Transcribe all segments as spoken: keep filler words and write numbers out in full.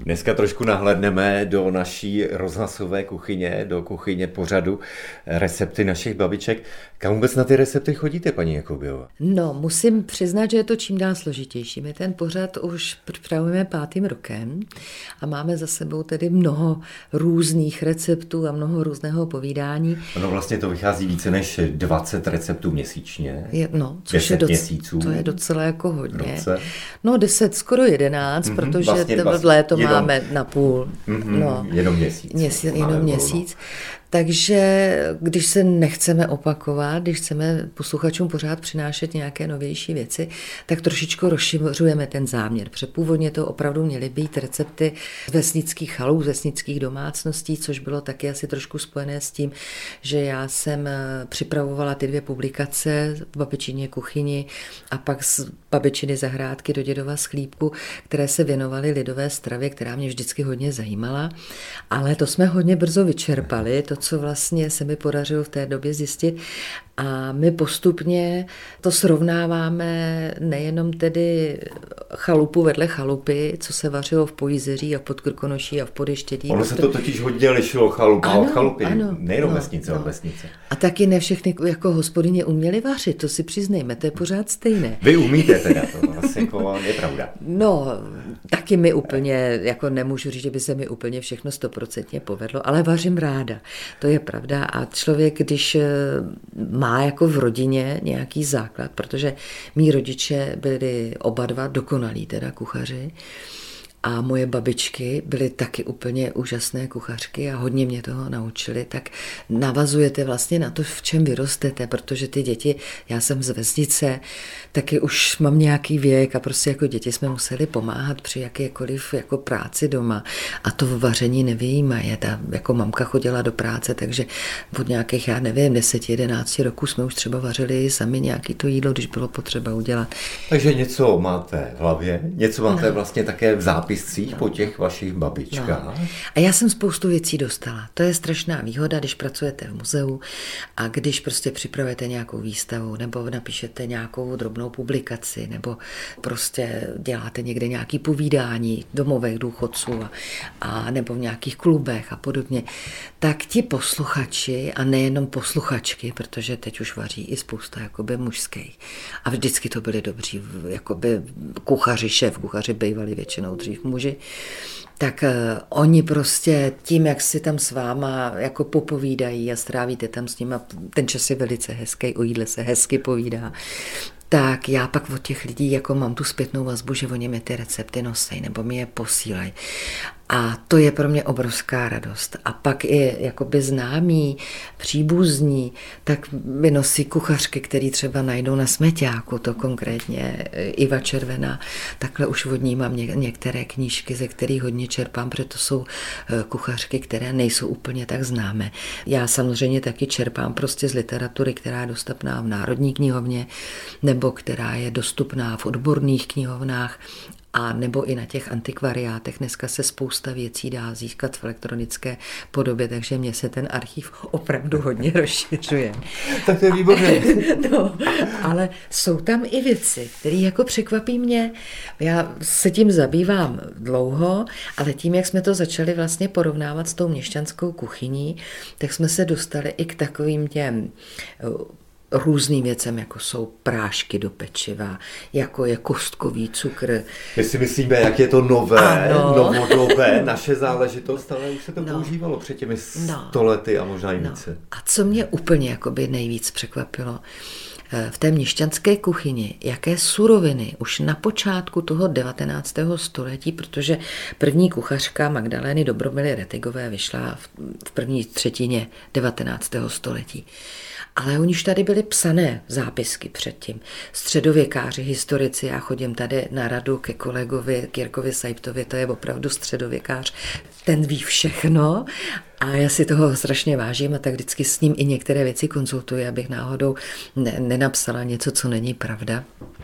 Dneska trošku nahlédneme do naší rozhlasové kuchyně, do kuchyně pořadu recepty našich babiček. Kam vůbec na ty recepty chodíte, paní Jakubiová? No, musím přiznat, že je to čím dál složitější. My ten pořad už připravujeme pátým rokem a máme za sebou tedy mnoho různých receptů a mnoho různého povídání. No vlastně to vychází více než dvacet receptů měsíčně. Je, no, což je, doc, měsíců, to je docela jako hodně. Roce. No deset, skoro jedenáct, mm-hmm, protože vlastně, v léto jenom, máme na půl. Mm-hmm, no, jenom měsíc. měsíc jenom měsíc. Takže když se nechceme opakovat, když chceme posluchačům pořád přinášet nějaké novější věci, tak trošičku rozšiřujeme ten záměr. Protože původně to opravdu měly být recepty z vesnických chalů, z vesnických domácností, což bylo taky asi trošku spojené s tím, že já jsem připravovala ty dvě publikace v babičině kuchyni a pak z babičiny zahrádky do dědova schlípku, které se věnovaly lidové stravě, která mě vždycky hodně zajímala. Ale to jsme hodně brzo vyčerpali, to, co vlastně se mi podařilo v té době zjistit. A my postupně to srovnáváme nejenom tedy chalupu vedle chalupy, co se vařilo v Pojízeří a v Podkrkonoší a v Podeštědí. Ono se to totiž hodně lišilo chalupa ano, od chalupy, ano, nejenom no, vesnice no. od vesnice. A taky ne všechny jako hospodyně uměli vařit, to si přiznejme, to je pořád stejné. Vy umíte teda, to asi jako je pravda. No, taky mi úplně, jako nemůžu říct, že by se mi úplně všechno stoprocentně povedlo, ale vařím ráda, to je pravda a člověk, když má jako v rodině nějaký základ, protože mí rodiče byli oba dva dokonalí teda kuchaři a moje babičky byly taky úplně úžasné kuchařky a hodně mě toho naučili, tak navazujete vlastně na to, v čem vyrostete, protože ty děti, já jsem z vesnice, taky už mám nějaký věk a prostě jako děti jsme museli pomáhat při jakékoliv jako práci doma a to v vaření nevyjímaje. Ta jako mamka chodila do práce, takže od nějakých, já nevím, deset, jedenáct roků jsme už třeba vařili sami nějaký to jídlo, když bylo potřeba udělat. Takže něco máte v hlavě, něco máte no. vlastně také v zápiscích no. po těch vašich babičkách. No. A já jsem spoustu věcí dostala. To je strašná výhoda, když pracujete v muzeu a když prostě připravujete nějakou výstavu nebo napíšete nějakou drobnou publikaci nebo prostě děláte někde nějaký povídání v domovech důchodců a, a nebo v nějakých klubech a podobně, tak ti posluchači a nejenom posluchačky, protože teď už vaří i spousta jakoby mužských a vždycky to byli dobří jakoby kuchaři, šéf kuchaři bývali většinou dřív muži, tak uh, oni prostě tím, jak si tam s váma jako popovídají a strávíte tam s nimi, ten čas je velice hezký, o jídle se hezky povídá, tak já pak od těch lidí jako mám tu zpětnou vazbu, že oni mi ty recepty nosej nebo mi je posílají. A to je pro mě obrovská radost. A pak i jakoby známí, příbuzní, tak mi nosí kuchařky, který třeba najdou na Smeťáku, to konkrétně Iva Červená. Takhle už od ní mám ně, některé knížky, ze kterých hodně čerpám, protože to jsou kuchařky, které nejsou úplně tak známé. Já samozřejmě taky čerpám prostě z literatury, která je dostupná v Národní knihovně, nebo která je dostupná v odborných knihovnách, a nebo i na těch antikvariátech. Dneska se spousta věcí dá získat v elektronické podobě, takže mě se ten archív opravdu hodně rozšiřuje. Tak to je výborné. No, ale jsou tam i věci, které jako překvapí mě. Já se tím zabývám dlouho, ale tím, jak jsme to začali vlastně porovnávat s tou měšťanskou kuchyní, tak jsme se dostali i k takovým těm různým věcem, jako jsou prášky do pečiva, jako je kostkový cukr. My si myslíme, jak je to nové, ano. novodobé, naše záležitost, ale už se to no. používalo před těmi sto lety a možná i více. No. A co mě úplně jakoby nejvíc překvapilo, v té měšťanské kuchyni, jaké suroviny už na počátku toho devatenáctého století, protože první kuchařka Magdalény Dobromily Retigové vyšla v první třetině devatenáctého století. Ale oni už tady byly psané zápisky předtím. Středověkáři, historici, já chodím tady na radu ke kolegovi, k Jirkovi Sajptovi, to je opravdu středověkář, ten ví všechno a já si toho strašně vážím a tak vždycky s ním i některé věci konzultuji, abych náhodou ne- nenapsala něco, co není pravda.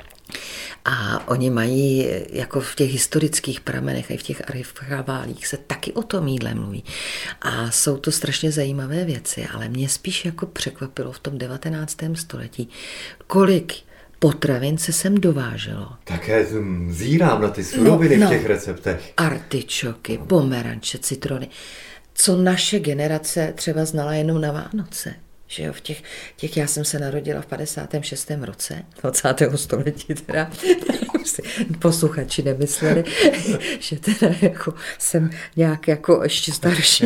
A oni mají, jako v těch historických pramenech a v těch archiválích se taky o tom jídle mluví. A jsou to strašně zajímavé věci, ale mě spíš jako překvapilo v tom devatenáctém století, kolik potravin se sem dováželo. Také zírám na ty suroviny no, no. v těch receptech. Artičoky, pomeranče, citrony. Co naše generace třeba znala jenom na Vánoce. Že jo, v těch, těch, já jsem se narodila v padesátém šestém roce, dvacátého století teda, posluchači nemysleli, že teda jako jsem nějak jako ještě starší.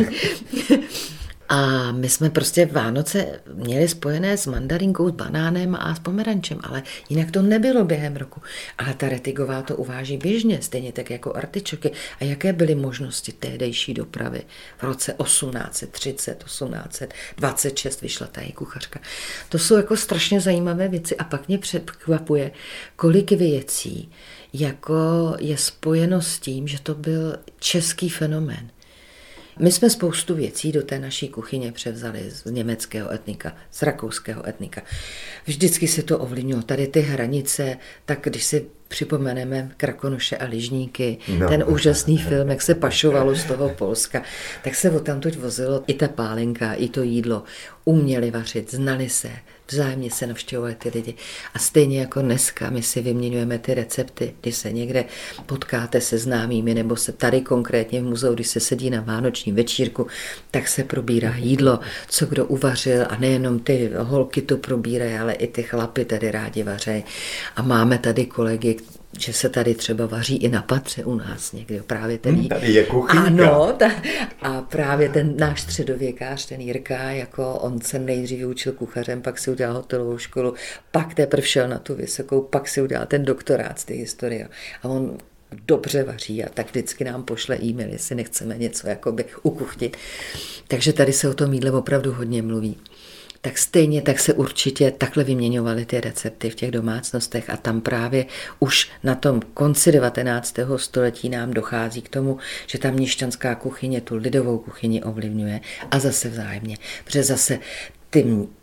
A my jsme prostě Vánoce měli spojené s mandarinkou, s banánem a s pomerančem, ale jinak to nebylo během roku. Ale ta Retigová to uváží běžně, stejně tak jako artičoky. A jaké byly možnosti tehdejší dopravy? V roce osmnáct třicet, osmnáct dvacet šest vyšla ta její kuchařka. To jsou jako strašně zajímavé věci a pak mě překvapuje, kolik věcí jako je spojeno s tím, že to byl český fenomén. My jsme spoustu věcí do té naší kuchyně převzali z německého etnika, z rakouského etnika. Vždycky se to ovlivnilo. Tady ty hranice, tak když si připomeneme Krakonoše a lyžníky, no. ten úžasný film, jak se pašovalo z toho Polska, tak se odtamtud vozilo i ta pálenka, i to jídlo. Uměli vařit, znali se, vzájemně se navštěvovali ty lidi. A stejně jako dneska my si vyměňujeme ty recepty, když se někde potkáte se známými, nebo se tady konkrétně v muzeu, když se sedí na vánoční večírku, tak se probírá jídlo, co kdo uvařil a nejenom ty holky to probírají, ale i ty chlapy tady rádi vařejí. A máme tady kolegy, že se tady třeba vaří i na patře u nás někdy. Právě ten, hmm, tady je kuchynka. Ano, ta, a právě ten náš středověkář, ten Jirka, jako on se nejdřív učil kuchařem, pak si udělal hotelovou školu, pak teprve šel na tu vysokou, pak si udělal ten doktorát z té historie. A on dobře vaří a tak vždycky nám pošle e-mail, jestli nechceme něco jakoby ukuchtit. Takže tady se o tom jídle opravdu hodně mluví. Tak stejně tak se určitě takhle vyměňovaly ty recepty v těch domácnostech a tam právě už na tom konci devatenáctého století nám dochází k tomu, že ta měšťanská kuchyně tu lidovou kuchyni ovlivňuje a zase vzájemně, protože zase ty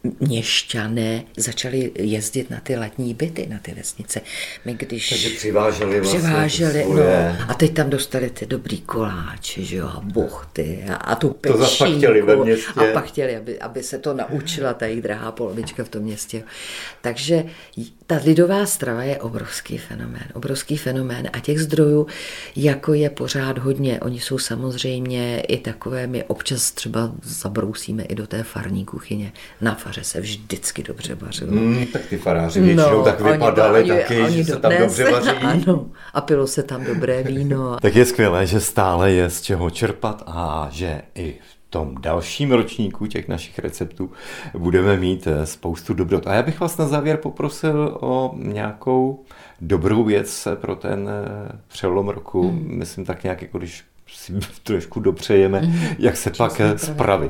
měšťané začali jezdit na ty letní byty, na ty vesnice. My když Takže přiváželi vlastně přiváželi, svoje... no, a teď tam dostali ty dobrý koláče, že jo, a buchty a, a tu pečínku. To zase pak chtěli ve městě. A pak chtěli, aby, aby se to naučila ta jejich drahá polovička v tom městě. Takže ta lidová strava je obrovský fenomén, obrovský fenomén a těch zdrojů, jako je pořád hodně. Oni jsou samozřejmě i takové, my občas třeba zabrousíme i do té farní kuchyně. Na faře se vždycky dobře vařilo. Mm, tak ty faráři většinou no, tak vypadali oni, taky, oni že se tam dobře vaří. Ano, a pilo se tam dobré víno. Tak je skvělé, že stále je z čeho čerpat a že i v tom dalším ročníku těch našich receptů budeme mít spoustu dobrot. A já bych vás na závěr poprosil o nějakou dobrou věc pro ten přelom roku. Mm. Myslím tak nějak, jako když si trošku dopřejeme, mm. jak se pak spravit.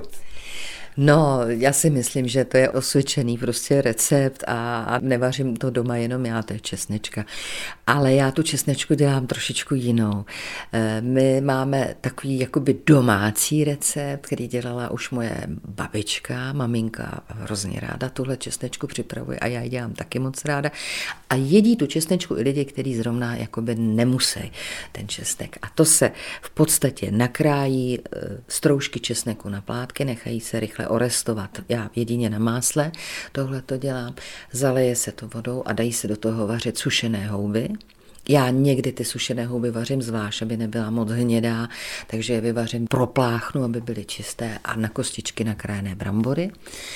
No, já si myslím, že to je osvědčený prostě recept a nevařím to doma jenom já, to je česnečka. Ale já tu česnečku dělám trošičku jinou. My máme takový jakoby domácí recept, který dělala už moje babička, maminka hrozně ráda tuhle česnečku připravuje a já ji dělám taky moc ráda. A jedí tu česnečku i lidi, kteří zrovna jakoby nemusí ten česnek. A to se v podstatě nakrájí stroužky česneku na plátky, nechají se rychle orestovat. Já jedině na másle tohle to dělám. Zaleje se to vodou a dají se do toho vařit sušené houby. Já někdy ty sušené houby vařím zvlášť, aby nebyla moc hnědá, takže je vyvařím, propláchnu, aby byly čisté a na kostičky nakrájené brambory.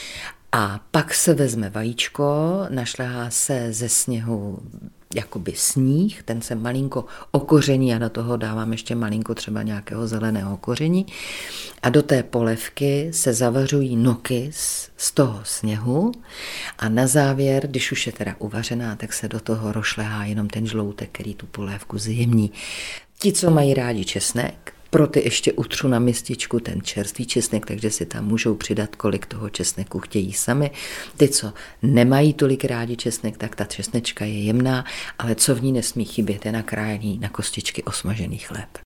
A pak se vezme vajíčko, našlehá se ze sněhu jakoby sníh, ten se malinko okoření a do toho dávám ještě malinko třeba nějakého zeleného koření a do té polévky se zavařují noky z, z toho sněhu a na závěr, když už je teda uvařená, tak se do toho rošlehá jenom ten žloutek, který tu polévku zjemní. Ti, co mají rádi česnek, pro ty ještě utřu na mističku ten čerstvý česnek, takže si tam můžou přidat, kolik toho česneku chtějí sami. Ty, co nemají tolik rádi česnek, tak ta česnečka je jemná, ale co v ní nesmí chybět, je nakrájený na kostičky osmažený chléb.